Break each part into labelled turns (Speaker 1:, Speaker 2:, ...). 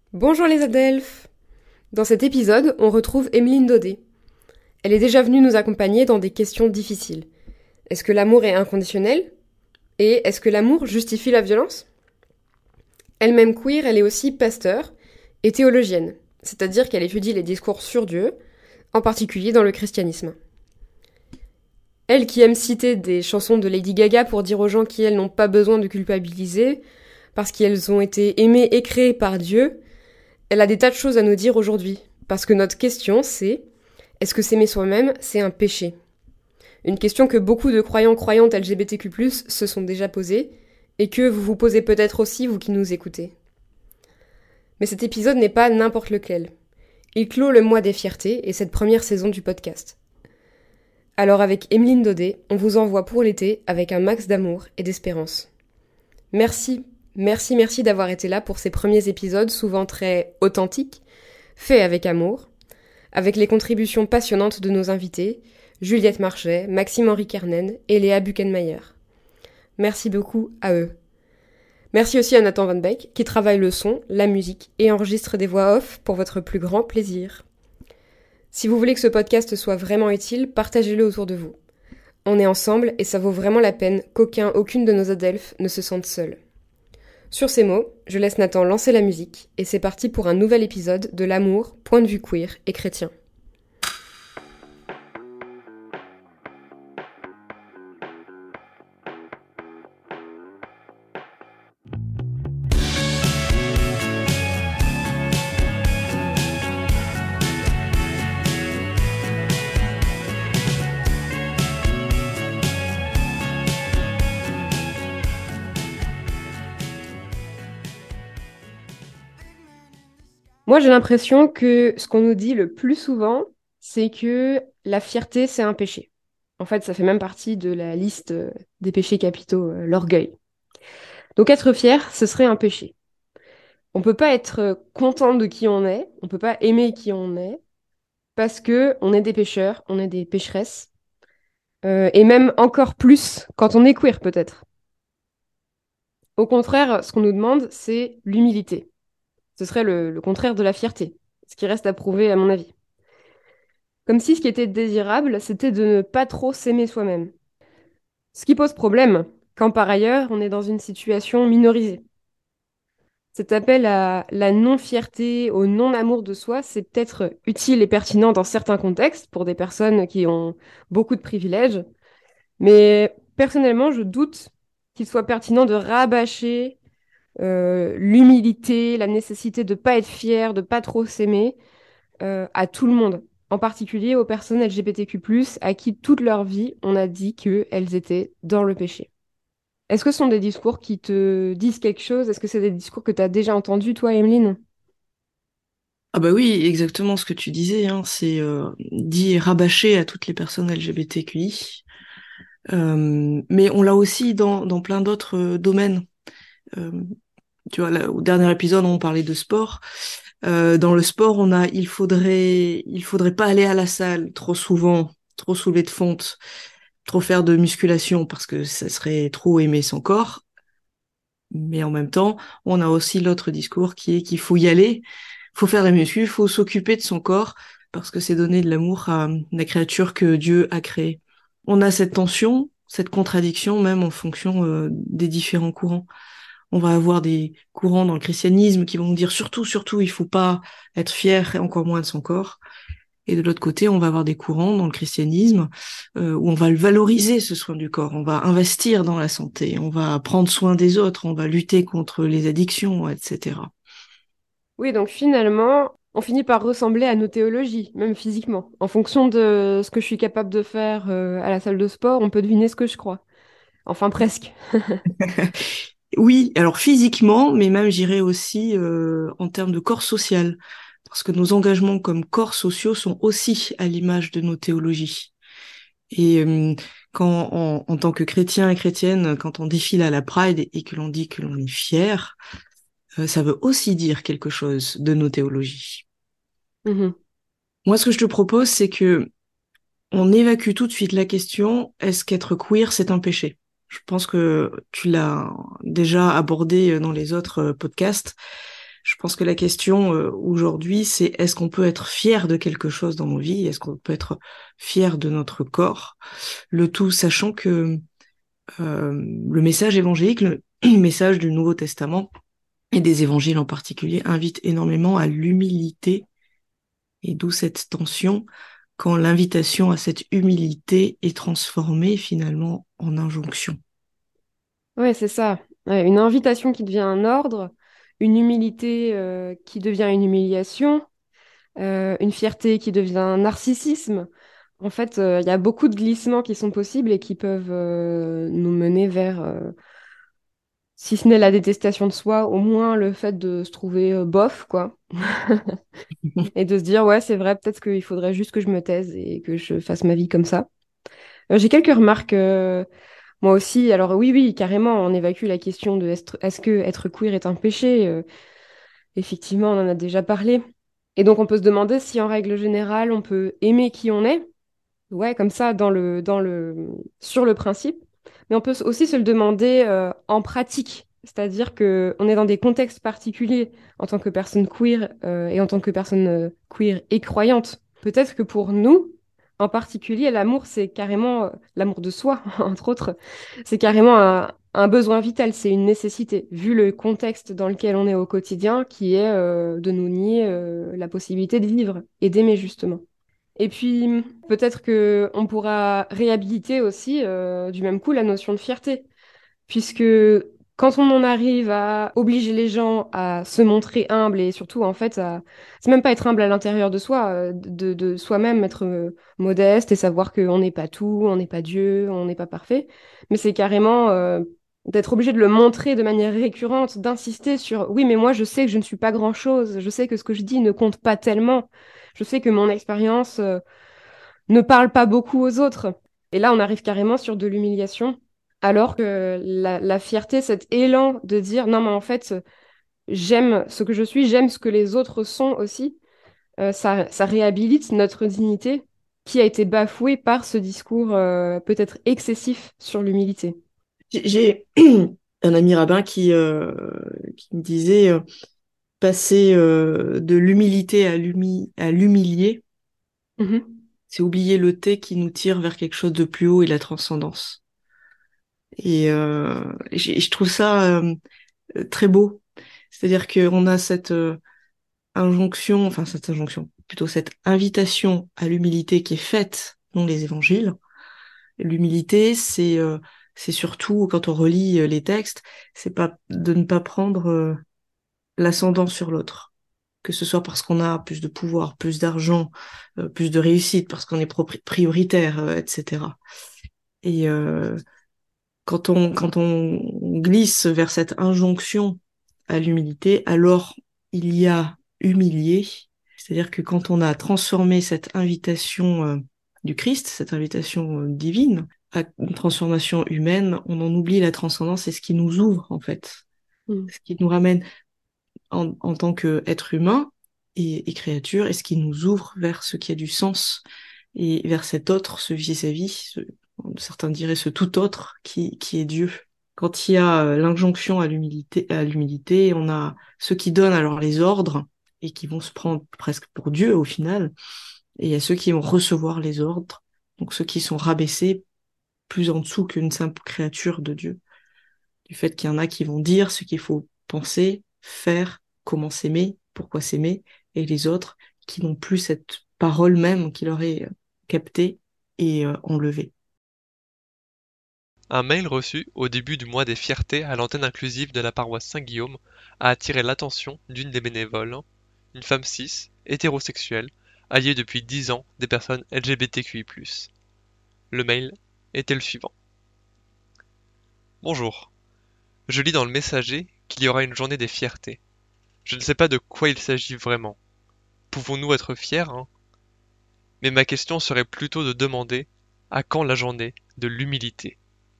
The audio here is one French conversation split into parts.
Speaker 1: Bonjour les Adelphes. Dans cet épisode, on retrouve Emeline Daudet. Elle est déjà venue nous accompagner dans des questions difficiles. Est-ce que l'amour est inconditionnel? Et est-ce que l'amour justifie la violence? Elle-même queer, elle est aussi pasteur et théologienne, c'est-à-dire qu'elle étudie les discours sur Dieu, en particulier dans le christianisme. Elle qui aime citer des chansons de Lady Gaga pour dire aux gens qui, elles, n'ont pas besoin de culpabiliser, parce qu'elles ont été aimées et créées par Dieu, elle a des tas de choses à nous dire aujourd'hui. Parce que notre question, c'est: est-ce que s'aimer soi-même, c'est un péché? Une question que beaucoup de croyantes LGBTQ+, se sont déjà posées, et que vous vous posez peut-être aussi, vous qui nous écoutez. Mais cet épisode n'est pas n'importe lequel. Il clôt le mois des fiertés et cette première saison du podcast. Alors avec Emeline Daudet, on vous envoie pour l'été avec un max d'amour et d'espérance. Merci d'avoir été là pour ces premiers épisodes souvent très authentiques, faits avec amour, avec les contributions passionnantes de nos invités, Juliette Marchais, Maxime-Henri Kernen et Léa Buchenmayer. Merci beaucoup à eux. Merci aussi à Nathan Van Beek qui travaille le son, la musique et enregistre des voix off pour votre plus grand plaisir. Si vous voulez que ce podcast soit vraiment utile, partagez-le autour de vous. On est ensemble et ça vaut vraiment la peine aucune de nos adelphes ne se sente seule. Sur ces mots, je laisse Nathan lancer la musique et c'est parti pour un nouvel épisode de l'amour, point de vue queer et chrétien. Moi, j'ai l'impression que ce qu'on nous dit le plus souvent, c'est que la fierté, c'est un péché. En fait, ça fait même partie de la liste des péchés capitaux, l'orgueil. Donc être fier, ce serait un péché. On peut pas être content de qui on est, on peut pas aimer qui on est, parce que on est des pécheurs, on est des pécheresses, et même encore plus quand on est queer peut-être. Au contraire, ce qu'on nous demande, c'est l'humilité. Ce serait le contraire de la fierté, ce qui reste à prouver à mon avis. Comme si ce qui était désirable, c'était de ne pas trop s'aimer soi-même. Ce qui pose problème, quand par ailleurs on est dans une situation minorisée. Cet appel à la non-fierté, au non-amour de soi, c'est peut-être utile et pertinent dans certains contextes pour des personnes qui ont beaucoup de privilèges, mais personnellement, je doute qu'il soit pertinent de rabâcher l'humilité, la nécessité de ne pas être fier, de pas trop s'aimer à tout le monde, en particulier aux personnes LGBTQ+, à qui toute leur vie, on a dit qu'elles étaient dans le péché. Est-ce que ce sont des discours qui te disent quelque chose? Est-ce que c'est des discours que tu as déjà entendus, toi, Emeline?
Speaker 2: Ah bah oui, exactement ce que tu disais, hein, c'est dit et rabâché à toutes les personnes LGBTQI. Mais on l'a aussi dans plein d'autres domaines. Euh, Tu vois, là, au dernier épisode, on parlait de sport. Dans le sport, il faudrait pas aller à la salle trop souvent, trop soulever de fonte, trop faire de musculation parce que ça serait trop aimer son corps. Mais en même temps, on a aussi l'autre discours qui est qu'il faut y aller, faut faire la muscu, faut s'occuper de son corps parce que c'est donner de l'amour à la créature que Dieu a créée. On a cette tension, cette contradiction même en fonction des différents courants. On va avoir des courants dans le christianisme qui vont nous dire surtout, surtout, il faut pas être fier et encore moins de son corps. Et de l'autre côté, on va avoir des courants dans le christianisme où on va le valoriser, ce soin du corps. On va investir dans la santé, on va prendre soin des autres, on va lutter contre les addictions, etc.
Speaker 1: Oui, donc finalement, on finit par ressembler à nos théologies, même physiquement. En fonction de ce que je suis capable de faire à la salle de sport, on peut deviner ce que je crois. Enfin, presque.
Speaker 2: Oui, alors physiquement, mais même j'irais aussi en termes de corps social, parce que nos engagements comme corps sociaux sont aussi à l'image de nos théologies. Et quand, en tant que chrétien et chrétienne, quand on défile à la Pride et que l'on dit que l'on est fier, ça veut aussi dire quelque chose de nos théologies.
Speaker 1: Mhm.
Speaker 2: Moi, ce que je te propose, c'est que on évacue tout de suite la question, est-ce qu'être queer, c'est un péché? Je pense que tu l'as déjà abordé dans les autres podcasts. Je pense que la question aujourd'hui, c'est est-ce qu'on peut être fier de quelque chose dans nos vies? Est-ce qu'on peut être fier de notre corps? Le tout sachant que le message évangélique, le message du Nouveau Testament et des évangiles en particulier, invite énormément à l'humilité, et d'où cette tension quand l'invitation à cette humilité est transformée finalement en injonction.
Speaker 1: Ouais, c'est ça. Ouais, une invitation qui devient un ordre, une humilité qui devient une humiliation, une fierté qui devient un narcissisme. En fait, il y a beaucoup de glissements qui sont possibles et qui peuvent nous mener vers, si ce n'est la détestation de soi, au moins le fait de se trouver bof, quoi. Et de se dire, ouais, c'est vrai, peut-être qu'il faudrait juste que je me taise et que je fasse ma vie comme ça. J'ai quelques remarques, moi aussi. Alors oui, oui, carrément, on évacue la question de est-ce que être queer est un péché? Effectivement, on en a déjà parlé. Et donc, on peut se demander si, en règle générale, on peut aimer qui on est. Ouais, comme ça, sur le principe. Mais on peut aussi se le demander en pratique. C'est-à-dire que on est dans des contextes particuliers en tant que personne queer et en tant que personne queer et croyante. Peut-être que pour nous, en particulier, l'amour, c'est carrément l'amour de soi, entre autres. C'est carrément un besoin vital, c'est une nécessité, vu le contexte dans lequel on est au quotidien, qui est de nous nier la possibilité de vivre et d'aimer justement. Et puis, peut-être que on pourra réhabiliter aussi, du même coup, la notion de fierté, puisque quand on en arrive à obliger les gens à se montrer humbles et surtout, en fait, c'est même pas être humble à l'intérieur de soi, de soi-même, être modeste et savoir qu'on n'est pas tout, on n'est pas Dieu, on n'est pas parfait, mais c'est carrément d'être obligé de le montrer de manière récurrente, d'insister sur, oui, mais moi, je sais que je ne suis pas grand-chose, je sais que ce que je dis ne compte pas tellement. Je sais que mon expérience ne parle pas beaucoup aux autres. Et là, on arrive carrément sur de l'humiliation, alors que la fierté, cet élan de dire non, mais en fait, j'aime ce que je suis, j'aime ce que les autres sont aussi, ça réhabilite notre dignité qui a été bafouée par ce discours peut-être excessif sur l'humilité.
Speaker 2: J'ai un ami rabbin qui me disait passer de l'humilité à l'humilier,
Speaker 1: Mhm.
Speaker 2: c'est oublier le T qui nous tire vers quelque chose de plus haut et la transcendance. Je trouve ça très beau. C'est-à-dire qu'on a cette injonction, enfin cette injonction, plutôt cette invitation à l'humilité qui est faite dans les évangiles. L'humilité, c'est surtout, quand on relit les textes, c'est pas de ne pas prendre l'ascendant sur l'autre. Que ce soit parce qu'on a plus de pouvoir, plus d'argent, plus de réussite, parce qu'on est prioritaire, etc. Et quand on glisse vers cette injonction à l'humilité, alors il y a humilié. C'est-à-dire que quand on a transformé cette invitation du Christ, cette invitation divine, à une transformation humaine, on en oublie la transcendance et ce qui nous ouvre, en fait.
Speaker 1: Mm.
Speaker 2: Ce qui nous ramène en tant qu'être humain et créature, et ce qui nous ouvre vers ce qui a du sens et vers cet autre, ce vis-à-vis, certains diraient ce tout autre qui est Dieu. Quand il y a l'injonction à l'humilité, on a ceux qui donnent alors les ordres et qui vont se prendre presque pour Dieu au final, et il y a ceux qui vont recevoir les ordres, donc ceux qui sont rabaissés plus en dessous qu'une simple créature de Dieu. Du fait qu'il y en a qui vont dire ce qu'il faut penser, faire, comment s'aimer, pourquoi s'aimer, et les autres qui n'ont plus cette parole même qui leur est captée et enlevée.
Speaker 3: Un mail reçu au début du mois des fiertés à l'antenne inclusive de la paroisse Saint-Guillaume a attiré l'attention d'une des bénévoles, une femme cis, hétérosexuelle, alliée depuis 10 ans des personnes LGBTQI+. Le mail était le suivant. Bonjour. Je lis dans le messager qu'il y aura une journée des fiertés. Je ne sais pas de quoi il s'agit vraiment. Pouvons-nous être fiers, hein? Mais ma question serait plutôt de demander à quand la journée de l'humilité?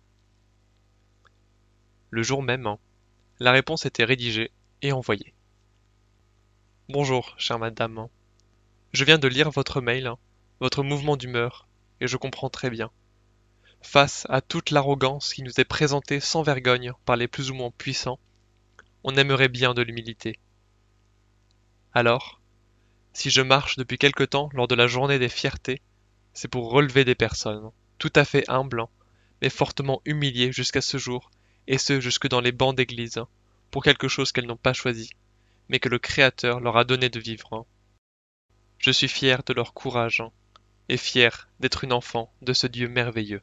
Speaker 3: Le jour même, hein, la réponse était rédigée et envoyée. Bonjour, chère madame. Je viens de lire votre mail, votre mouvement d'humeur, et je comprends très bien. Face à toute l'arrogance qui nous est présentée sans vergogne par les plus ou moins puissants, on aimerait bien de l'humilité. Alors, si je marche depuis quelque temps lors de la journée des fiertés, c'est pour relever des personnes, tout à fait humbles, mais fortement humiliées jusqu'à ce jour, et ce jusque dans les bancs d'église, pour quelque chose qu'elles n'ont pas choisi, mais que le Créateur leur a donné de vivre. Je suis fier de leur courage, et fier d'être une enfant de ce Dieu merveilleux.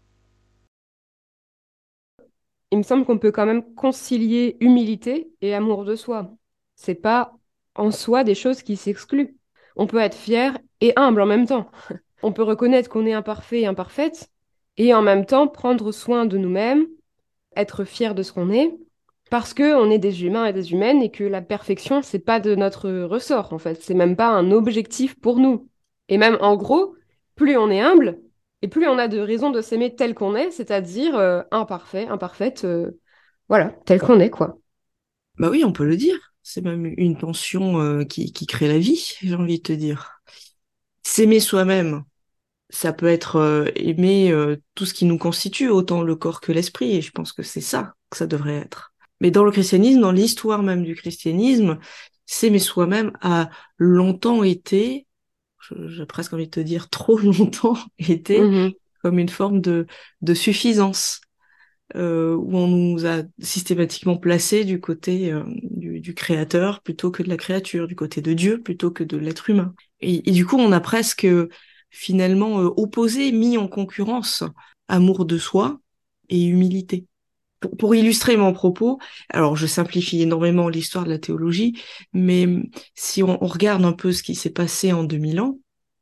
Speaker 1: Il me semble qu'on peut quand même concilier humilité et amour de soi. C'est pas en soi des choses qui s'excluent. On peut être fier et humble en même temps. On peut reconnaître qu'on est imparfait et imparfaite, et en même temps prendre soin de nous-mêmes, être fier de ce qu'on est, parce que on est des humains et des humaines et que la perfection, c'est pas de notre ressort en fait. C'est même pas un objectif pour nous. Et même en gros, plus on est humble et plus on a de raisons de s'aimer tel qu'on est, c'est-à-dire imparfait, imparfaite, voilà, tel qu'on est quoi.
Speaker 2: Bah oui, on peut le dire. C'est même une tension qui crée la vie, j'ai envie de te dire. S'aimer soi-même, ça peut être aimer tout ce qui nous constitue, autant le corps que l'esprit, et je pense que c'est ça que ça devrait être. Mais dans le christianisme, dans l'histoire même du christianisme, s'aimer soi-même a longtemps été, j'ai presque envie de te dire trop longtemps, été
Speaker 1: Mhm,
Speaker 2: comme une forme de suffisance, où on nous a systématiquement placés du côté du créateur plutôt que de la créature, du côté de Dieu plutôt que de l'être humain. Et du coup, on a presque finalement opposé, mis en concurrence amour de soi et humilité. Pour illustrer mon propos, alors je simplifie énormément l'histoire de la théologie, mais si on regarde un peu ce qui s'est passé en 2000 ans,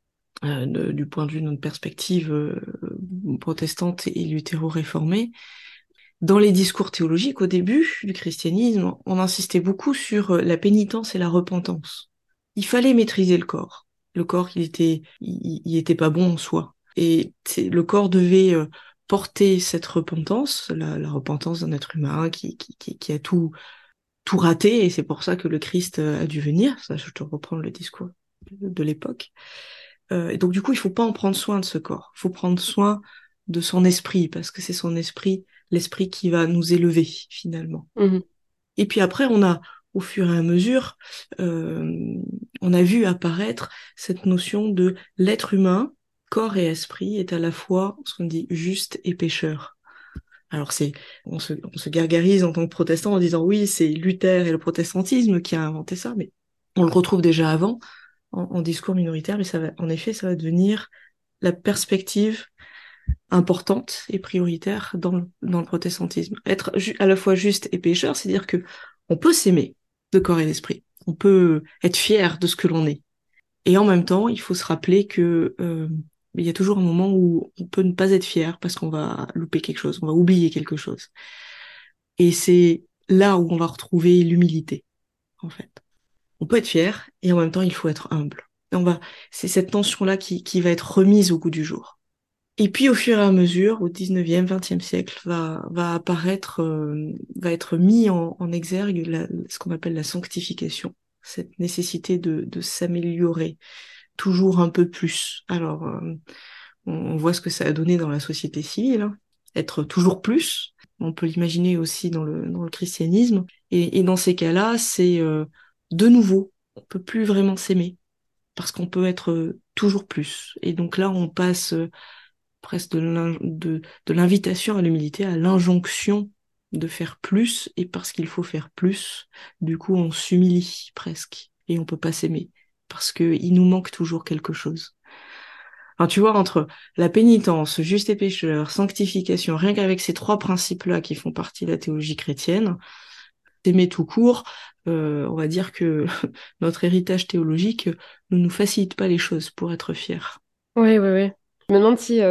Speaker 2: du point de vue de notre perspective protestante et luthéro-réformée, dans les discours théologiques au début du christianisme, on insistait beaucoup sur la pénitence et la repentance. Il fallait maîtriser le corps. Le corps, il était pas bon en soi. Et le corps devait porter cette repentance, la repentance d'un être humain qui a tout raté, et c'est pour ça que le Christ a dû venir. Ça, je te reprends le discours de l'époque. Et donc du coup, il faut pas en prendre soin de ce corps. Il faut prendre soin de son esprit, parce que c'est son esprit, l'esprit qui va nous élever finalement.
Speaker 1: mhm,
Speaker 2: Et puis après, au fur et à mesure, euh, on a vu apparaître cette notion de l'être humain, corps et esprit, est à la fois ce qu'on dit juste et pécheur. Alors on se gargarise en tant que protestant en disant oui, c'est Luther et le protestantisme qui a inventé ça, mais on le retrouve déjà avant en discours minoritaire, mais en effet, ça va devenir la perspective importante et prioritaire dans le protestantisme. Être à la fois juste et pécheur, c'est-à-dire que on peut s'aimer de corps et d'esprit. On peut être fier de ce que l'on est. Et en même temps, il faut se rappeler que il y a toujours un moment où on peut ne pas être fier parce qu'on va louper quelque chose, on va oublier quelque chose. Et c'est là où on va retrouver l'humilité, en fait. On peut être fier et en même temps, il faut être humble. Et c'est cette tension-là qui va être remise au goût du jour. Et puis au fur et à mesure, au 19e, 20e siècle, va apparaître, va être mis en exergue ce qu'on appelle la sanctification, cette nécessité de s'améliorer toujours un peu plus. Alors, on voit ce que ça a donné dans la société civile, hein. Être toujours plus. On peut l'imaginer aussi dans le christianisme. Et dans ces cas-là, c'est de nouveau, on peut plus vraiment s'aimer parce qu'on peut être toujours plus. Et donc là, on passe presque de l'invitation à l'humilité à l'injonction de faire plus, et parce qu'il faut faire plus, du coup on s'humilie presque, et on peut pas s'aimer, parce que il nous manque toujours quelque chose. Alors tu vois, entre la pénitence, juste et pécheur, sanctification, rien qu'avec ces trois principes-là qui font partie de la théologie chrétienne, s'aimer tout court, on va dire que notre héritage théologique ne nous facilite pas les choses pour être fiers.
Speaker 1: oui, oui, oui. Je me demande si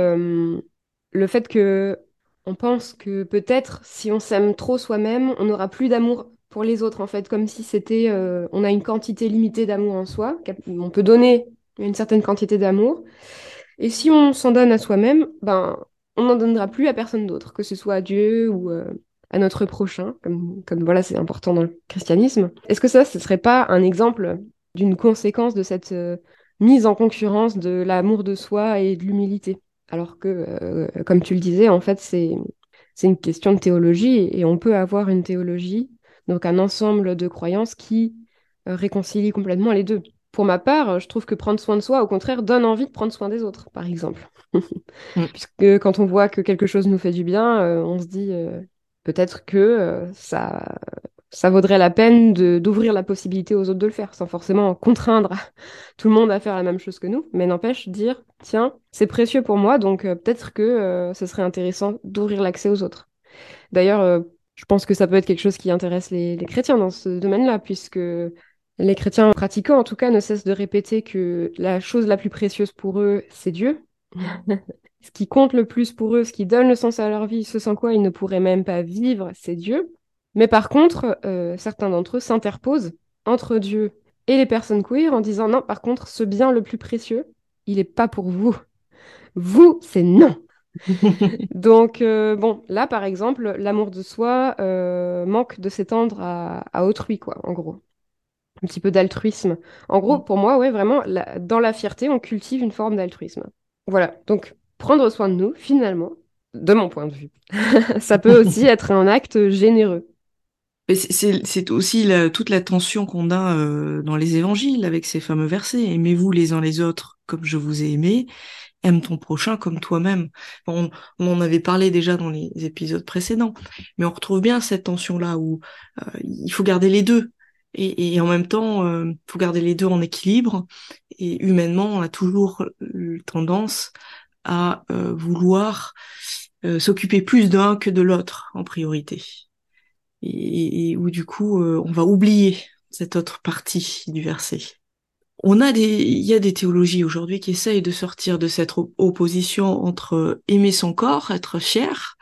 Speaker 1: le fait que on pense que peut-être si on s'aime trop soi-même, on n'aura plus d'amour pour les autres, en fait, comme si c'était, on a une quantité limitée d'amour en soi, on peut donner une certaine quantité d'amour, et si on s'en donne à soi-même, ben, on n'en donnera plus à personne d'autre, que ce soit à Dieu ou à notre prochain, comme voilà, c'est important dans le christianisme. Est-ce que ça, ce serait pas un exemple d'une conséquence de cette mise en concurrence de l'amour de soi et de l'humilité? Alors que, comme tu le disais, en fait, c'est une question de théologie et on peut avoir une théologie, donc un ensemble de croyances qui réconcilie complètement les deux. Pour ma part, je trouve que prendre soin de soi, au contraire, donne envie de prendre soin des autres, par exemple.
Speaker 2: Mm.
Speaker 1: Puisque quand on voit que quelque chose nous fait du bien, on se dit peut-être que ça vaudrait la peine d'ouvrir la possibilité aux autres de le faire, sans forcément contraindre tout le monde à faire la même chose que nous, mais n'empêche dire, tiens, c'est précieux pour moi, donc peut-être que ce serait intéressant d'ouvrir l'accès aux autres. D'ailleurs, je pense que ça peut être quelque chose qui intéresse les chrétiens dans ce domaine-là, puisque les chrétiens pratiquants, en tout cas, ne cessent de répéter que la chose la plus précieuse pour eux, c'est Dieu. Ce qui compte le plus pour eux, ce qui donne le sens à leur vie, ce sans quoi ils ne pourraient même pas vivre, c'est Dieu. Mais par contre, certains d'entre eux s'interposent entre Dieu et les personnes queer en disant non, par contre, ce bien le plus précieux, il n'est pas pour vous. Vous, c'est non. Donc, bon, là, par exemple, l'amour de soi manque de s'étendre à autrui, quoi, en gros. Un petit peu d'altruisme. En gros, pour moi, ouais, vraiment, dans la fierté, on cultive une forme d'altruisme. Voilà, donc prendre soin de nous, finalement, de mon point de vue, ça peut aussi être un acte généreux.
Speaker 2: Mais c'est aussi toute la tension qu'on a dans les évangiles avec ces fameux versets. Aimez-vous les uns les autres comme je vous ai aimé, aime ton prochain comme toi-même. On en avait parlé déjà dans les épisodes précédents, mais on retrouve bien cette tension-là où il faut garder les deux. Et en même temps, il faut garder les deux en équilibre. Et humainement, on a toujours tendance à vouloir s'occuper plus d'un que de l'autre en priorité. Et où du coup, on va oublier cette autre partie du verset. Il y a des théologies aujourd'hui qui essayent de sortir de cette opposition entre aimer son corps, être fier,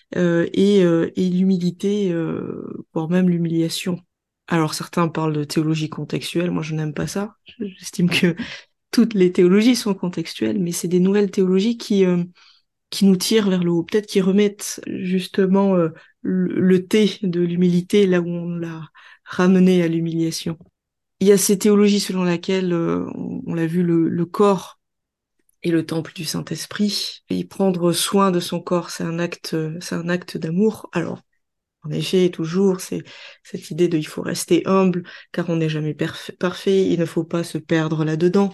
Speaker 2: et l'humilité, voire même l'humiliation. Alors certains parlent de théologie contextuelle, moi je n'aime pas ça. J'estime que toutes les théologies sont contextuelles, mais c'est des nouvelles théologies qui nous tirent vers le haut, peut-être qui remettent justement le thé de l'humilité là où on l'a ramené à l'humiliation. Il y a ces théologies selon laquelle, on l'a vu, le corps est le temple du Saint-Esprit. Et prendre soin de son corps, c'est un acte d'amour. Alors, en effet, toujours, c'est cette idée de il faut rester humble, car on n'est jamais parfait, il ne faut pas se perdre là-dedans.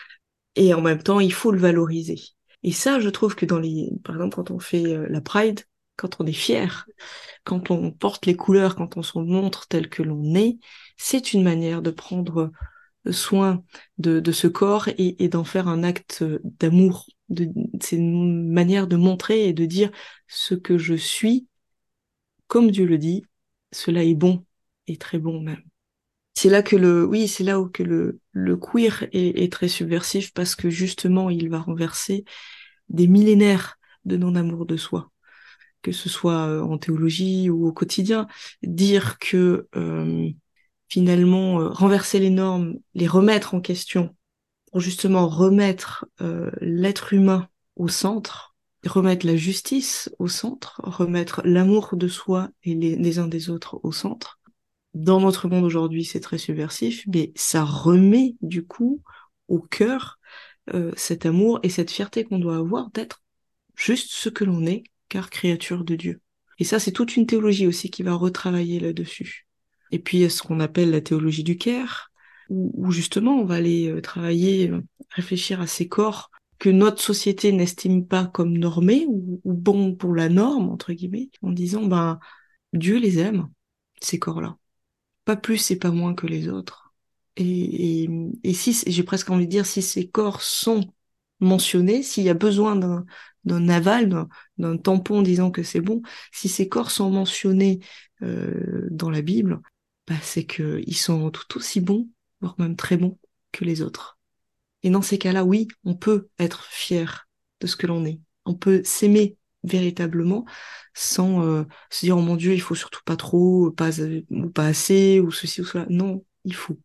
Speaker 2: Et en même temps, il faut le valoriser. Et ça, je trouve que par exemple, quand on fait la Pride, quand on est fier, quand on porte les couleurs, quand on se montre tel que l'on est, c'est une manière de prendre soin de ce corps et d'en faire un acte d'amour. C'est une manière de montrer et de dire ce que je suis, comme Dieu le dit, cela est bon et très bon même. C'est là c'est là où que le queer est très subversif parce que justement il va renverser des millénaires de non-amour de soi, que ce soit en théologie ou au quotidien, dire que finalement renverser les normes, les remettre en question, pour justement remettre l'être humain au centre, remettre la justice au centre, remettre l'amour de soi et les uns des autres au centre. Dans notre monde aujourd'hui, c'est très subversif, mais ça remet du coup au cœur cet amour et cette fierté qu'on doit avoir d'être juste ce que l'on est, car créature de Dieu. Et ça, c'est toute une théologie aussi qui va retravailler là-dessus. Et puis, il y a ce qu'on appelle la théologie du care, où justement, on va aller travailler, réfléchir à ces corps que notre société n'estime pas comme normés ou bons pour la norme, entre guillemets, en disant, ben, Dieu les aime, ces corps-là. Pas plus et pas moins que les autres. Et si, j'ai presque envie de dire, si ces corps sont mentionnés, s'il y a besoin d'un aval, d'un tampon disant que c'est bon, si ces corps sont mentionnés dans la Bible, bah, c'est qu'ils sont tout aussi bons, voire même très bons que les autres. Et dans ces cas-là, oui, on peut être fier de ce que l'on est. On peut s'aimer véritablement sans se dire oh mon Dieu, il faut surtout pas trop, ou pas assez, ou ceci ou cela. Non, il faut.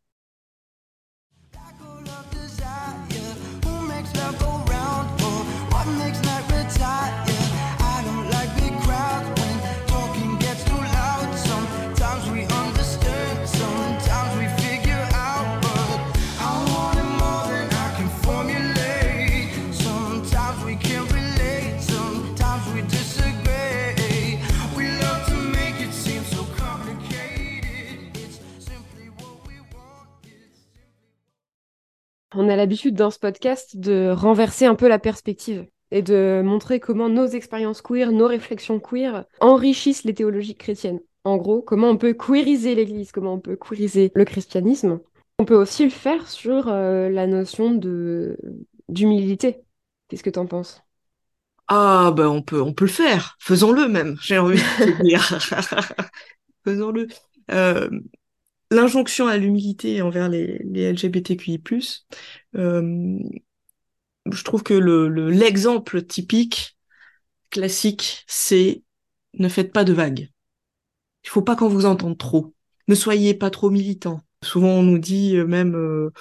Speaker 1: On a l'habitude dans ce podcast de renverser un peu la perspective et de montrer comment nos expériences queer, nos réflexions queer enrichissent les théologies chrétiennes. En gros, comment on peut queeriser l'Église, comment on peut queeriser le christianisme. On peut aussi le faire sur la notion d'humilité. Qu'est-ce que t'en penses?
Speaker 2: Ah, ben on peut le faire. Faisons-le même, j'ai envie de te dire. Faisons-le. Euh, L'injonction à l'humilité envers les LGBTQI+, euh, je trouve que l'exemple typique, classique, c'est ne faites pas de vagues. Il faut pas qu'on vous entende trop. Ne soyez pas trop militant. Souvent, on nous dit même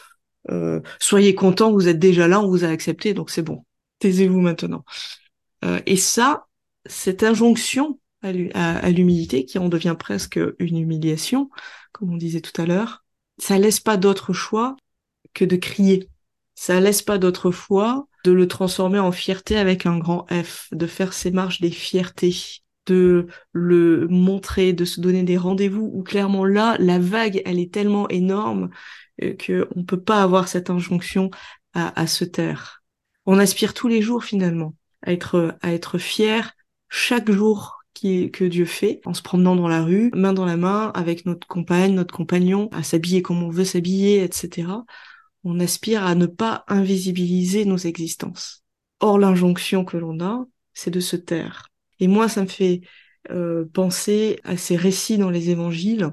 Speaker 2: soyez content, vous êtes déjà là, on vous a accepté, donc c'est bon. Taisez-vous maintenant. Et ça, cette injonction à l'humilité, qui en devient presque une humiliation, comme on disait tout à l'heure, ça laisse pas d'autre choix que de crier. Ça laisse pas d'autre choix de le transformer en fierté avec un grand F, de faire ses marches des fiertés, de le montrer, de se donner des rendez-vous où clairement là, la vague, elle est tellement énorme que on peut pas avoir cette injonction à se taire. On aspire tous les jours finalement à être fier chaque jour que Dieu fait, en se promenant dans la rue, main dans la main, avec notre compagne, notre compagnon, à s'habiller comme on veut s'habiller, etc. On aspire à ne pas invisibiliser nos existences. Or, l'injonction que l'on a, c'est de se taire. Et moi, ça me fait penser à ces récits dans les évangiles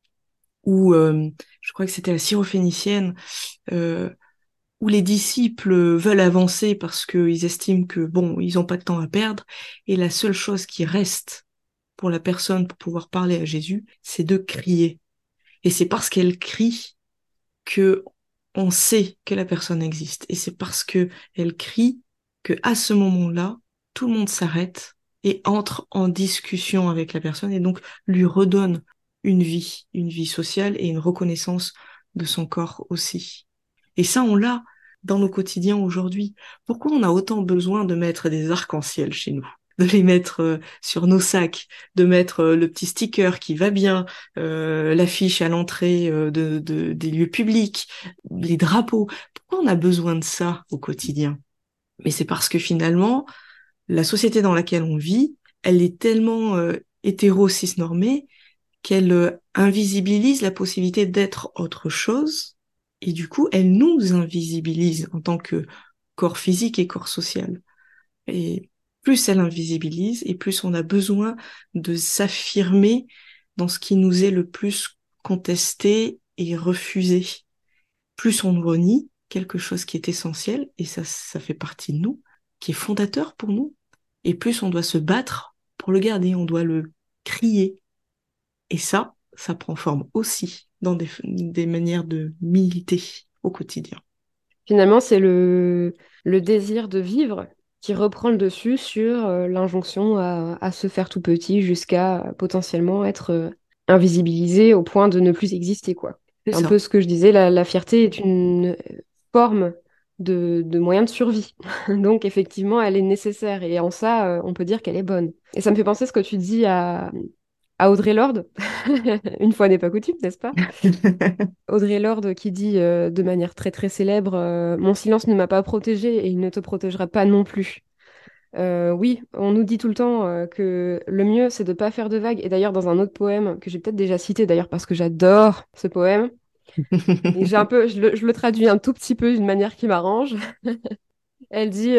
Speaker 2: où, je crois que c'était la syrophénicienne, euh, où les disciples veulent avancer parce qu'ils estiment que, bon, ils n'ont pas de temps à perdre, et la seule chose qui reste pour la personne pour pouvoir parler à Jésus, c'est de crier. Et c'est parce qu'elle crie que on sait que la personne existe. Et c'est parce que elle crie que à ce moment-là, tout le monde s'arrête et entre en discussion avec la personne et donc lui redonne une vie sociale et une reconnaissance de son corps aussi. Et ça, on l'a dans nos quotidiens aujourd'hui. Pourquoi on a autant besoin de mettre des arcs-en-ciel chez nous? De les mettre sur nos sacs, de mettre le petit sticker qui va bien, l'affiche à l'entrée des lieux publics, les drapeaux. Pourquoi on a besoin de ça au quotidien? Mais c'est parce que finalement, la société dans laquelle on vit, elle est tellement hétéro-cisnormée qu'elle invisibilise la possibilité d'être autre chose, et du coup, elle nous invisibilise en tant que corps physique et corps social. Et plus elle invisibilise, et plus on a besoin de s'affirmer dans ce qui nous est le plus contesté et refusé. Plus on renie quelque chose qui est essentiel, et ça fait partie de nous, qui est fondateur pour nous, et plus on doit se battre pour le garder, on doit le crier. Et ça prend forme aussi dans des manières de militer au quotidien.
Speaker 1: Finalement, c'est le désir de vivre qui reprend le dessus sur l'injonction à se faire tout petit jusqu'à potentiellement être invisibilisé au point de ne plus exister, quoi.
Speaker 2: C'est
Speaker 1: Un peu
Speaker 2: ça.
Speaker 1: ce que je disais, la fierté est une forme de moyen de survie. Donc, effectivement, elle est nécessaire et en ça, on peut dire qu'elle est bonne. Et ça me fait penser ce que tu dis à Audre Lorde, une fois n'est pas coutume, n'est-ce pas? Audre Lorde qui dit de manière très très célèbre Mon silence ne m'a pas protégée et il ne te protégera pas non plus. Oui, on nous dit tout le temps que le mieux c'est de pas faire de vagues. Et d'ailleurs, dans un autre poème que j'ai peut-être déjà cité d'ailleurs parce que j'adore ce poème, et je le traduis un tout petit peu d'une manière qui m'arrange. Elle dit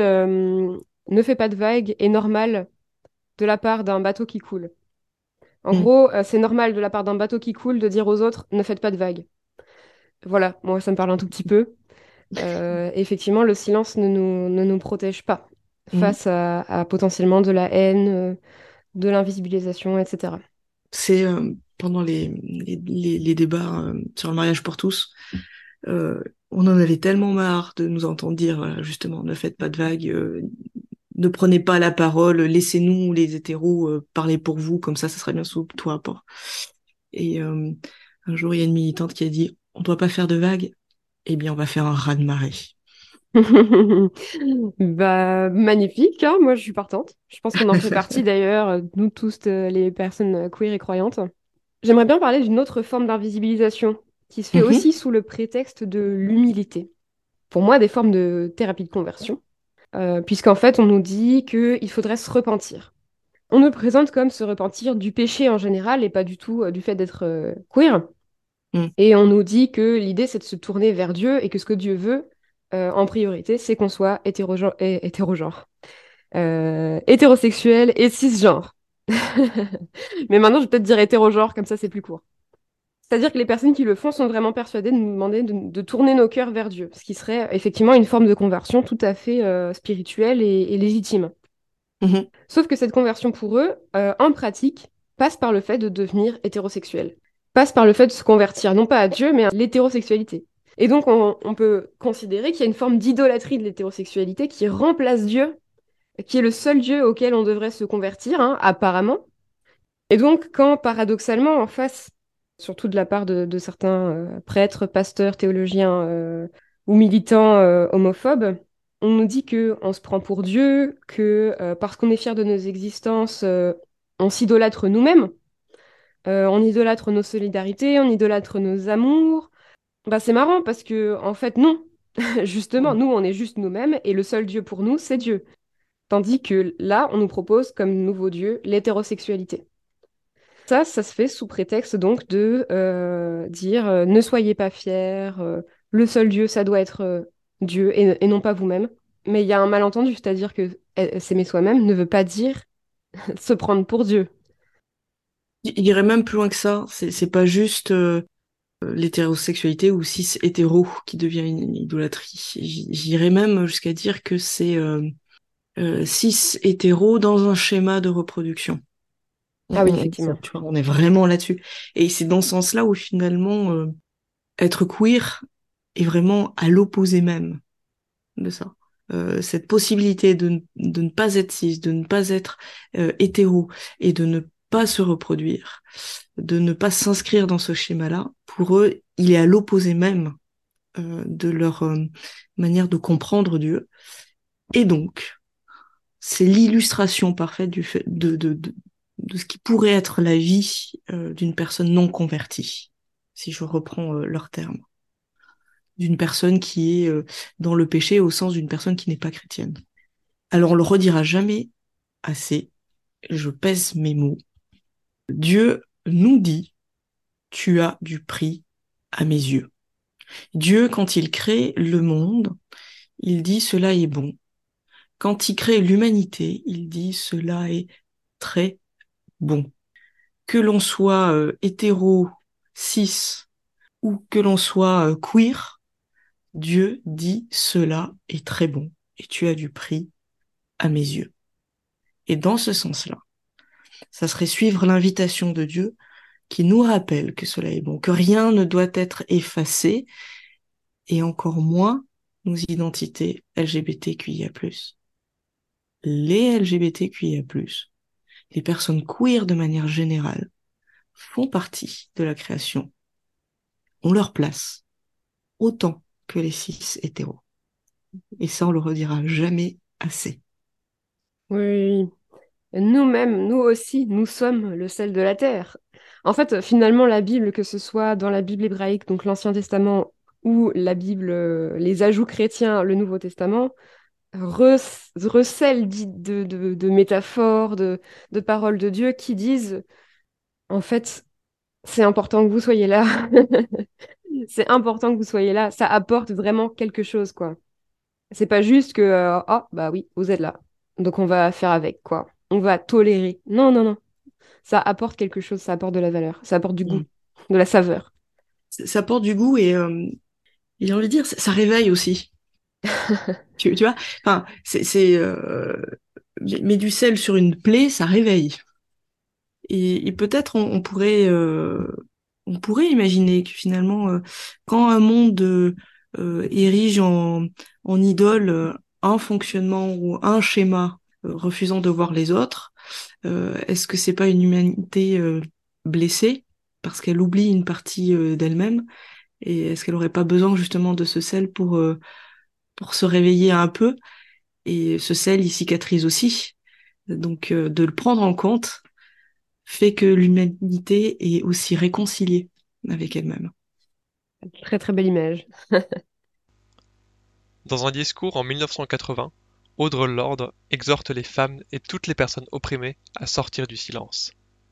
Speaker 1: Ne fais pas de vagues est normal de la part d'un bateau qui coule. En
Speaker 2: Mm.
Speaker 1: gros, c'est normal de la part d'un bateau qui coule de dire aux autres Ne faites pas de vagues. Voilà, moi ça me parle un tout petit peu. Effectivement, le silence ne nous protège pas
Speaker 2: Mm.
Speaker 1: face à potentiellement de la haine, de l'invisibilisation, etc.
Speaker 2: C'est pendant les débats sur le mariage pour tous, on en avait tellement marre de nous entendre dire, voilà, justement, ne faites pas de vagues, ne prenez pas la parole, laissez-nous, les hétéros, parler pour vous, comme ça serait bien sous tout rapport. Et un jour, il y a une militante qui a dit, on doit pas faire de vagues, eh bien, on va faire un raz-de-marée.
Speaker 1: Bah, magnifique, hein, moi je suis partante. Je pense qu'on en fait partie d'ailleurs, nous tous les personnes queer et croyantes. J'aimerais bien parler d'une autre forme d'invisibilisation qui se fait
Speaker 2: Mhm.
Speaker 1: aussi sous le prétexte de l'humilité. pour moi, des formes de thérapie de conversion, puisqu'en fait, on nous dit qu'il faudrait se repentir. On nous présente comme se repentir du péché en général et pas du tout du fait d'être queer.
Speaker 2: Mm.
Speaker 1: Et on nous dit que l'idée, c'est de se tourner vers Dieu et que ce que Dieu veut, en priorité, c'est qu'on soit hétérosexuel et cisgenre. Mais maintenant, je vais peut-être dire hétérogenre, comme ça c'est plus court. C'est-à-dire que les personnes qui le font sont vraiment persuadées de nous demander de tourner nos cœurs vers Dieu, ce qui serait effectivement une forme de conversion tout à fait spirituelle et légitime.
Speaker 2: Mhm.
Speaker 1: Sauf que cette conversion pour eux, en pratique, passe par le fait de devenir hétérosexuel. Passe par le fait de se convertir, non pas à Dieu, mais à l'hétérosexualité. Et donc, on peut considérer qu'il y a une forme d'idolâtrie de l'hétérosexualité qui remplace Dieu, qui est le seul Dieu auquel on devrait se convertir, hein, apparemment. Et donc, quand paradoxalement, en face, surtout de la part de certains prêtres, pasteurs, théologiens ou militants homophobes, on nous dit que on se prend pour Dieu, que parce qu'on est fier de nos existences, on s'idolâtre nous-mêmes, on idolâtre nos solidarités, on idolâtre nos amours. Bah, c'est marrant parce que, en fait, non. Justement, nous, on est juste nous-mêmes et le seul Dieu pour nous, c'est Dieu. Tandis que là, on nous propose comme nouveau Dieu l'hétérosexualité. Ça se fait sous prétexte donc de dire ne soyez pas fiers, le seul Dieu, ça doit être Dieu et non pas vous-même. Mais il y a un malentendu, c'est-à-dire que s'aimer soi-même ne veut pas dire se prendre pour Dieu.
Speaker 2: Il irait même plus loin que ça. C'est pas juste l'hétérosexualité ou cis hétéro qui devient une idolâtrie. J'irais même jusqu'à dire que c'est cis hétéro dans un schéma de reproduction.
Speaker 1: Ah oui, effectivement.
Speaker 2: Tu vois, on est vraiment là-dessus. Et c'est dans ce sens-là où finalement être queer est vraiment à l'opposé même de ça. Cette possibilité de ne pas être cis, de ne pas être hétéro et de ne pas se reproduire, de ne pas s'inscrire dans ce schéma-là, pour eux, il est à l'opposé même de leur manière de comprendre Dieu. Et donc, c'est l'illustration parfaite du fait de ce qui pourrait être la vie d'une personne non convertie, si je reprends leurs termes. D'une personne qui est dans le péché au sens d'une personne qui n'est pas chrétienne. Alors on le redira jamais assez, je pèse mes mots. Dieu nous dit, tu as du prix à mes yeux. Dieu, quand il crée le monde, il dit cela est bon. Quand il crée l'humanité, il dit cela est très bon. Que l'on soit hétéro, cis ou que l'on soit queer, Dieu dit cela est très bon et tu as du prix à mes yeux. Et dans ce sens-là, ça serait suivre l'invitation de Dieu qui nous rappelle que cela est bon, que rien ne doit être effacé et encore moins nos identités LGBTQIA+. Les LGBTQIA+, les personnes queer de manière générale, font partie de la création, ont leur place, autant que les cis hétéros. Et ça, on le redira jamais assez.
Speaker 1: Oui, nous-mêmes, nous aussi, nous sommes le sel de la terre. En fait, finalement, la Bible, que ce soit dans la Bible hébraïque, donc l'Ancien Testament, ou la Bible, les ajouts chrétiens, le Nouveau Testament, recèle de métaphores, de paroles de Dieu qui disent, en fait, c'est important que vous soyez là. C'est important que vous soyez là. Ça apporte vraiment quelque chose, quoi. C'est pas juste que, ah, bah oui, vous êtes là. Donc on va faire avec, quoi. On va tolérer. Non, non, non. Ça apporte quelque chose, ça apporte de la valeur, ça apporte du goût,
Speaker 2: Mm.
Speaker 1: de la saveur.
Speaker 2: Ça apporte du goût et j'ai envie de dire, ça réveille aussi. Tu vois, enfin, mais du sel sur une plaie, ça réveille. Et peut-être on pourrait imaginer que finalement, quand un monde érige en idole un fonctionnement ou un schéma, refusant de voir les autres, est-ce que c'est pas une humanité blessée parce qu'elle oublie une partie d'elle-même? Et est-ce qu'elle aurait pas besoin justement de ce sel pour se réveiller un peu? Et ce sel, il cicatrise aussi. Donc, de le prendre en compte fait que l'humanité est aussi réconciliée avec elle-même.
Speaker 1: Très très belle image.
Speaker 3: Dans un discours en 1980, Audre Lorde exhorte les femmes et toutes les personnes opprimées à sortir du silence.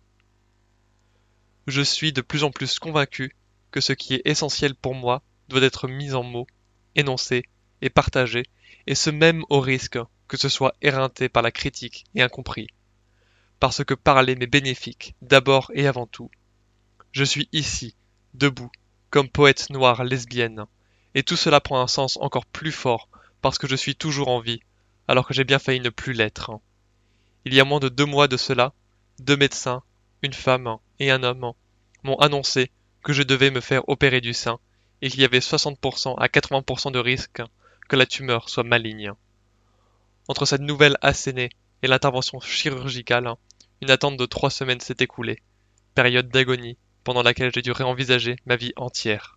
Speaker 3: Je suis de plus en plus convaincu que ce qui est essentiel pour moi doit être mis en mots, énoncé et partagé, et ce même au risque que ce soit éreinté par la critique et incompris. Parce que parler m'est bénéfique, d'abord et avant tout. Je suis ici, debout, comme poète noire lesbienne, et tout cela prend un sens encore plus fort parce que je suis toujours en vie, alors que j'ai bien failli ne plus l'être. Il y a moins de 2 mois de cela, 2 médecins, une femme et un homme, m'ont annoncé que je devais me faire opérer du sein et qu'il y avait 60% à 80% de risque que la tumeur soit maligne. Entre cette nouvelle assénée et l'intervention chirurgicale, une attente de 3 semaines s'est écoulée, période d'agonie pendant laquelle j'ai dû réenvisager ma vie entière.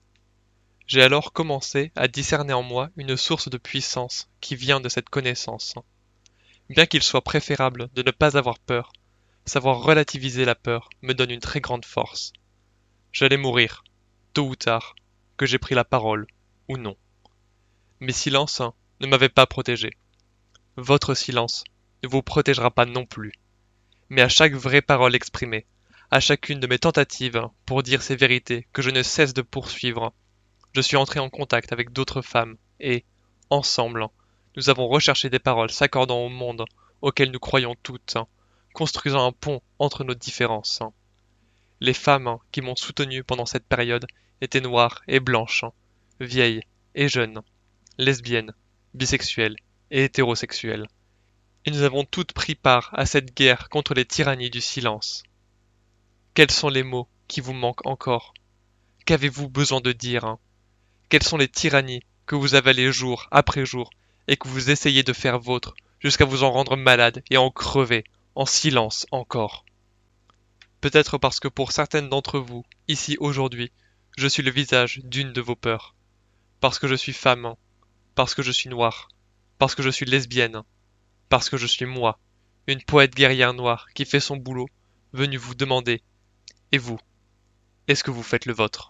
Speaker 3: J'ai alors commencé à discerner en moi une source de puissance qui vient de cette connaissance. Bien qu'il soit préférable de ne pas avoir peur, savoir relativiser la peur me donne une très grande force. J'allais mourir, tôt ou tard, que j'ai pris la parole ou non. Mes silences ne m'avaient pas protégé. Votre silence ne vous protégera pas non plus. Mais à chaque vraie parole exprimée, à chacune de mes tentatives pour dire ces vérités que je ne cesse de poursuivre, je suis entré en contact avec d'autres femmes et, ensemble, nous avons recherché des paroles s'accordant au monde auquel nous croyons toutes, construisant un pont entre nos différences. Les femmes qui m'ont soutenu pendant cette période étaient noires et blanches, vieilles et jeunes, lesbiennes, bisexuelles et hétérosexuelles. Et nous avons toutes pris part à cette guerre contre les tyrannies du silence. Quels sont les mots qui vous manquent encore? Qu'avez-vous besoin de dire? Quelles sont les tyrannies que vous avalez jour après jour et que vous essayez de faire vôtres jusqu'à vous en rendre malade et en crever, en silence encore? Peut-être parce que pour certaines d'entre vous, ici aujourd'hui, je suis le visage d'une de vos peurs. Parce que je suis femme, parce que je suis noire, parce que je suis lesbienne, parce que je suis moi, une poète guerrière noire qui fait son boulot, venue vous demander, et vous, est-ce que vous faites le vôtre?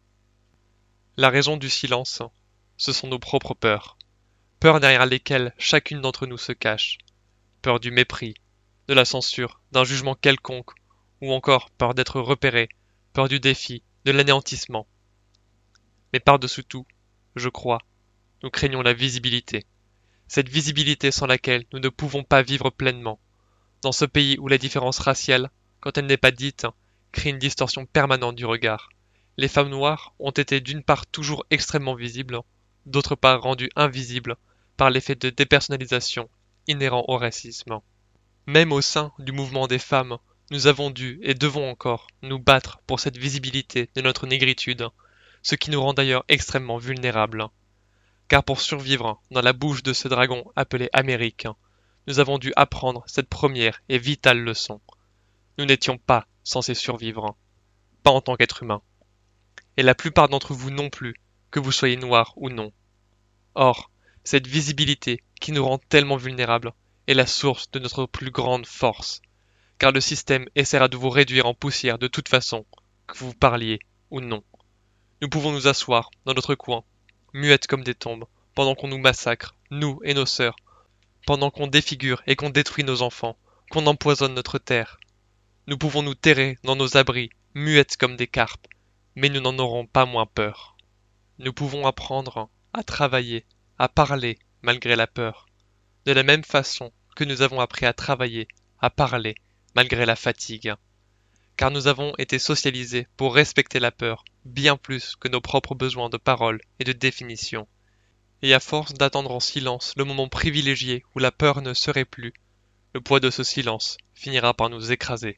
Speaker 3: La raison du silence, ce sont nos propres peurs. Peurs derrière lesquelles chacune d'entre nous se cache. Peur du mépris, de la censure, d'un jugement quelconque, ou encore peur d'être repéré, peur du défi, de l'anéantissement. Mais par-dessous tout, je crois, nous craignons la visibilité. Cette visibilité sans laquelle nous ne pouvons pas vivre pleinement. Dans ce pays où la différence raciale, quand elle n'est pas dite, crée une distorsion permanente du regard. Les femmes noires ont été d'une part toujours extrêmement visibles, d'autre part rendues invisibles par l'effet de dépersonnalisation inhérent au racisme. Même au sein du mouvement des femmes, nous avons dû et devons encore nous battre pour cette visibilité de notre négritude, ce qui nous rend d'ailleurs extrêmement vulnérables. Car pour survivre dans la bouche de ce dragon appelé Amérique, nous avons dû apprendre cette première et vitale leçon. Nous n'étions pas censés survivre, pas en tant qu'êtres humains. Et la plupart d'entre vous non plus, que vous soyez noir ou non. Or, cette visibilité qui nous rend tellement vulnérables est la source de notre plus grande force, car le système essaiera de vous réduire en poussière de toute façon, que vous parliez ou non. Nous pouvons nous asseoir dans notre coin, muettes comme des tombes, pendant qu'on nous massacre, nous et nos sœurs, pendant qu'on défigure et qu'on détruit nos enfants, qu'on empoisonne notre terre. Nous pouvons nous terrer dans nos abris, muettes comme des carpes, mais nous n'en aurons pas moins peur. Nous pouvons apprendre à travailler, à parler malgré la peur, de la même façon que nous avons appris à travailler, à parler malgré la fatigue. Car nous avons été socialisés pour respecter la peur bien plus que nos propres besoins de parole et de définition. Et à force d'attendre en silence le moment privilégié où la peur ne serait plus, le poids de ce silence finira par nous écraser.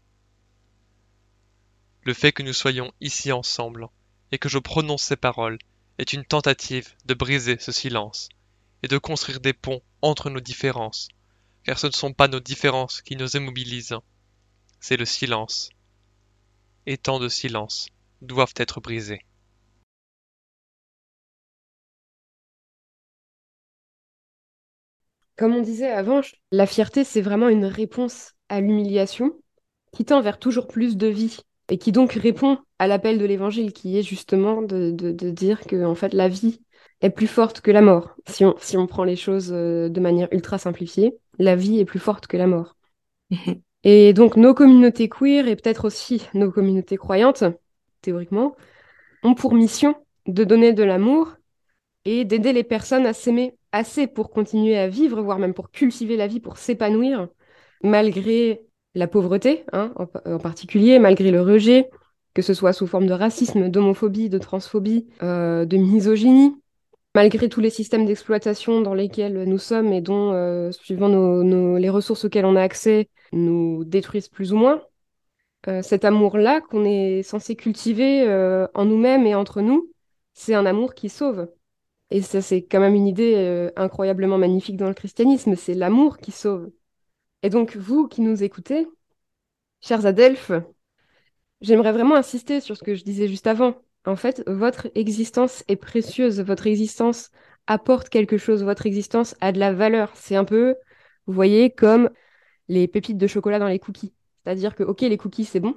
Speaker 3: Le fait que nous soyons ici ensemble et que je prononce ces paroles est une tentative de briser ce silence et de construire des ponts entre nos différences, car ce ne sont pas nos différences qui nous immobilisent, c'est le silence. Et tant de silences doivent être brisés.
Speaker 1: Comme on disait avant, la fierté, c'est vraiment une réponse à l'humiliation qui tend vers toujours plus de vie et qui donc répond à l'appel de l'Évangile qui est justement de dire que en fait la vie est plus forte que la mort. Si on prend les choses de manière ultra simplifiée, la vie est plus forte que la mort. Et donc nos communautés queer et peut-être aussi nos communautés croyantes, théoriquement, ont pour mission de donner de l'amour et d'aider les personnes à s'aimer assez pour continuer à vivre, voire même pour cultiver la vie, pour s'épanouir, malgré la pauvreté, hein, en particulier, malgré le rejet, que ce soit sous forme de racisme, d'homophobie, de transphobie, de misogynie, malgré tous les systèmes d'exploitation dans lesquels nous sommes et dont, suivant les ressources auxquelles on a accès, nous détruisent plus ou moins. Cet amour-là qu'on est censé cultiver en nous-mêmes et entre nous, c'est un amour qui sauve. Et ça, c'est quand même une idée incroyablement magnifique dans le christianisme, c'est l'amour qui sauve. Et donc, vous qui nous écoutez, chers adelphes, j'aimerais vraiment insister sur ce que je disais juste avant. En fait, votre existence est précieuse, votre existence apporte quelque chose, votre existence a de la valeur. C'est un peu, vous voyez, comme les pépites de chocolat dans les cookies. C'est-à-dire que, ok, les cookies, c'est bon,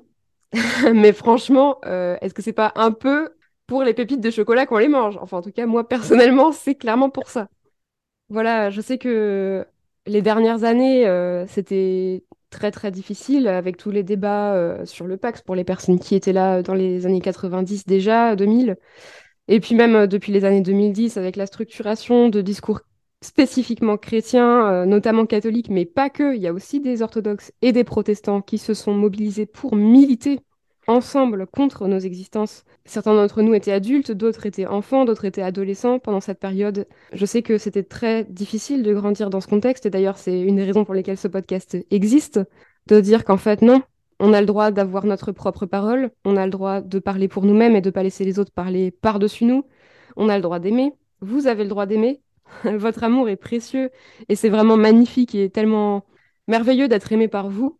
Speaker 1: mais franchement, est-ce que c'est pas un peu pour les pépites de chocolat qu'on les mange? Enfin, en tout cas, moi, personnellement, c'est clairement pour ça. Voilà, je sais que les dernières années, c'était très très difficile avec tous les débats sur le Pax pour les personnes qui étaient là dans les années 90 déjà, 2000, et puis même depuis les années 2010 avec la structuration de discours spécifiquement chrétiens, notamment catholiques, mais pas que. Il y a aussi des orthodoxes et des protestants qui se sont mobilisés pour militer ensemble contre nos existences. Certains d'entre nous étaient adultes, d'autres étaient enfants, d'autres étaient adolescents pendant cette période. Je sais que c'était très difficile de grandir dans ce contexte, et d'ailleurs c'est une des raisons pour lesquelles ce podcast existe, de dire qu'en fait non, on a le droit d'avoir notre propre parole, on a le droit de parler pour nous-mêmes et de pas laisser les autres parler par-dessus nous, on a le droit d'aimer, vous avez le droit d'aimer, votre amour est précieux et c'est vraiment magnifique et tellement merveilleux d'être aimé par vous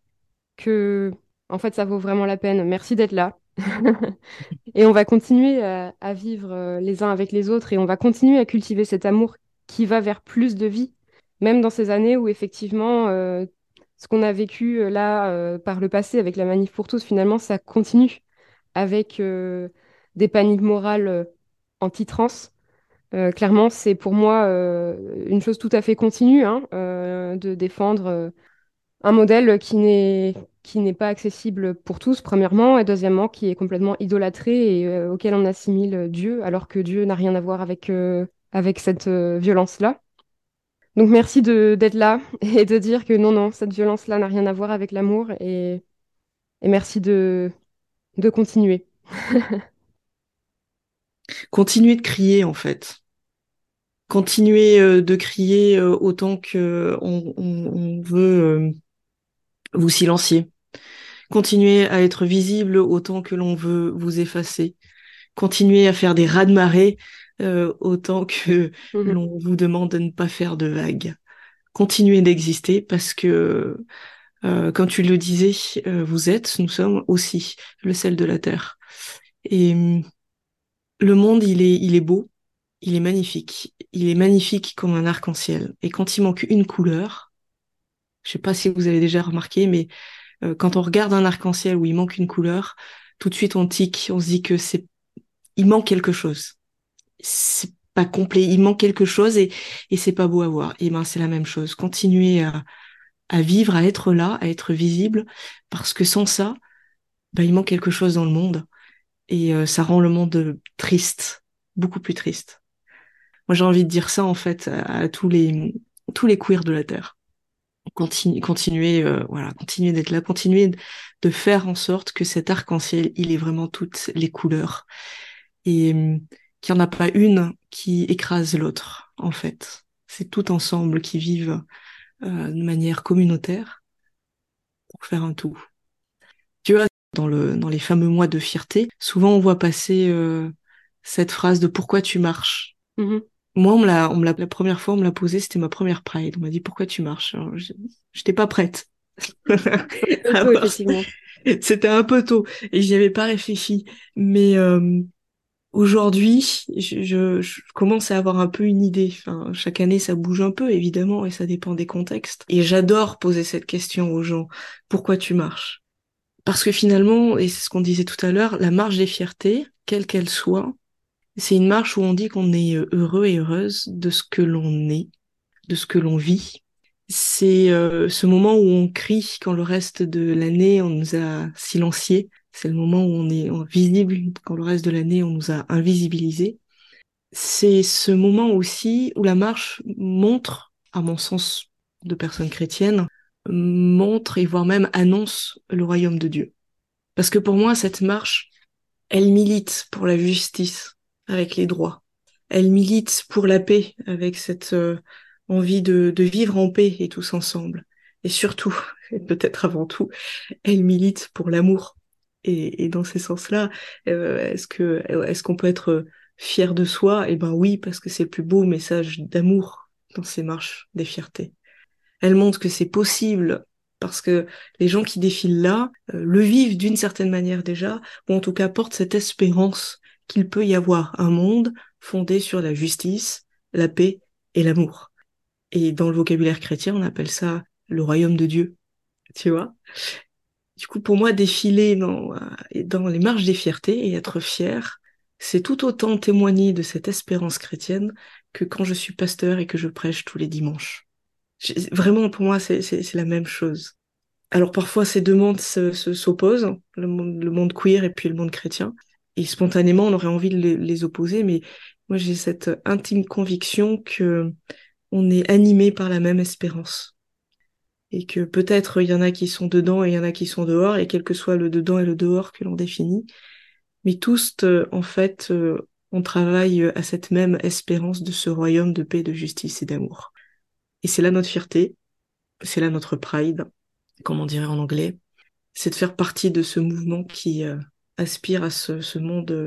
Speaker 1: que en fait ça vaut vraiment la peine. Merci d'être là. Et on va continuer à vivre les uns avec les autres et on va continuer à cultiver cet amour qui va vers plus de vie, même dans ces années où effectivement ce qu'on a vécu là par le passé avec la Manif pour tous, finalement ça continue avec des paniques morales anti-trans. Clairement, c'est pour moi une chose tout à fait continue hein, de défendre un modèle qui n'est pas accessible pour tous, premièrement, et deuxièmement, qui est complètement idolâtré et auquel on assimile Dieu, alors que Dieu n'a rien à voir avec cette violence-là. Donc merci d'être là et de dire que non, non, cette violence-là n'a rien à voir avec l'amour et merci de continuer.
Speaker 2: Continuez de crier, en fait. Continuez de crier autant que on veut vous silencier. Continuez à être visible autant que l'on veut vous effacer. Continuez à faire des raz-de-marée autant que
Speaker 1: Mhm.
Speaker 2: l'on vous demande de ne pas faire de vagues. Continuez d'exister parce que, comme tu le disais, nous sommes aussi le sel de la terre. Et le monde, il est beau, il est magnifique. Il est magnifique comme un arc-en-ciel. Et quand il manque une couleur, je sais pas si vous avez déjà remarqué, mais quand on regarde un arc-en-ciel où il manque une couleur, tout de suite on tique, on se dit que il manque quelque chose. C'est pas complet, il manque quelque chose et c'est pas beau à voir. Et ben c'est la même chose. Continuez à vivre, à être là, à être visible, parce que sans ça, ben, il manque quelque chose dans le monde et ça rend le monde triste, beaucoup plus triste. Moi j'ai envie de dire ça en fait à tous les queers de la Terre. Continuez, voilà, continuez d'être là, continuez de faire en sorte que cet arc-en-ciel, il ait vraiment toutes les couleurs et qu'il n'y en a pas une qui écrase l'autre, en fait. C'est tout ensemble qui vivent de manière communautaire pour faire un tout. Tu vois, dans les fameux mois de fierté, souvent on voit passer cette phrase de pourquoi tu marches.
Speaker 1: Mhm.
Speaker 2: Moi, la première fois, on me l'a posée, c'était ma première Pride. On m'a dit pourquoi tu marches. Alors, j'étais pas prête. À
Speaker 1: Tôt,
Speaker 2: voir.
Speaker 1: effectivement.
Speaker 2: C'était un peu tôt et j'y avais pas réfléchi. Mais aujourd'hui, je commence à avoir un peu une idée. Enfin, chaque année, ça bouge un peu, évidemment, et ça dépend des contextes. Et j'adore poser cette question aux gens. Pourquoi tu marches? Parce que finalement, et c'est ce qu'on disait tout à l'heure, la marche des fiertés, quelle qu'elle soit, C'est une marche où on dit qu'on est heureux et heureuse de ce que l'on est, de ce que l'on vit. C'est ce moment où on crie quand le reste de l'année on nous a silenciés. C'est le moment où on est visible quand le reste de l'année on nous a invisibilisés. C'est ce moment aussi où la marche montre, à mon sens de personne chrétienne, montre et voire même annonce le royaume de Dieu. Parce que pour moi, cette marche, elle milite pour la justice avec les droits. Elle milite pour la paix avec cette envie de vivre en paix et tous ensemble. Et surtout, et peut-être avant tout, elle milite pour l'amour. Et dans ces sens-là, est-ce qu'on peut être fier de soi? Eh ben oui, parce que c'est le plus beau message d'amour dans ces marches des fiertés. Elle montre que c'est possible parce que les gens qui défilent là le vivent d'une certaine manière déjà, ou en tout cas portent cette espérance qu'il peut y avoir un monde fondé sur la justice, la paix et l'amour. Et dans le vocabulaire chrétien, on appelle ça le royaume de Dieu, tu vois. Du coup, pour moi, défiler dans les marches des fiertés et être fier, c'est tout autant témoigner de cette espérance chrétienne que quand je suis pasteur et que je prêche tous les dimanches. Vraiment, pour moi, c'est la même chose. Alors parfois, ces deux mondes s'opposent, le monde queer et puis le monde chrétien. Et spontanément, on aurait envie de les opposer, mais moi, j'ai cette intime conviction que on est animé par la même espérance. Et que peut-être il y en a qui sont dedans et il y en a qui sont dehors, et quel que soit le dedans et le dehors que l'on définit, mais tous, en fait, on travaille à cette même espérance de ce royaume de paix, de justice et d'amour. Et c'est là notre fierté, c'est là notre pride, comme on dirait en anglais, c'est de faire partie de ce mouvement qui aspire à ce monde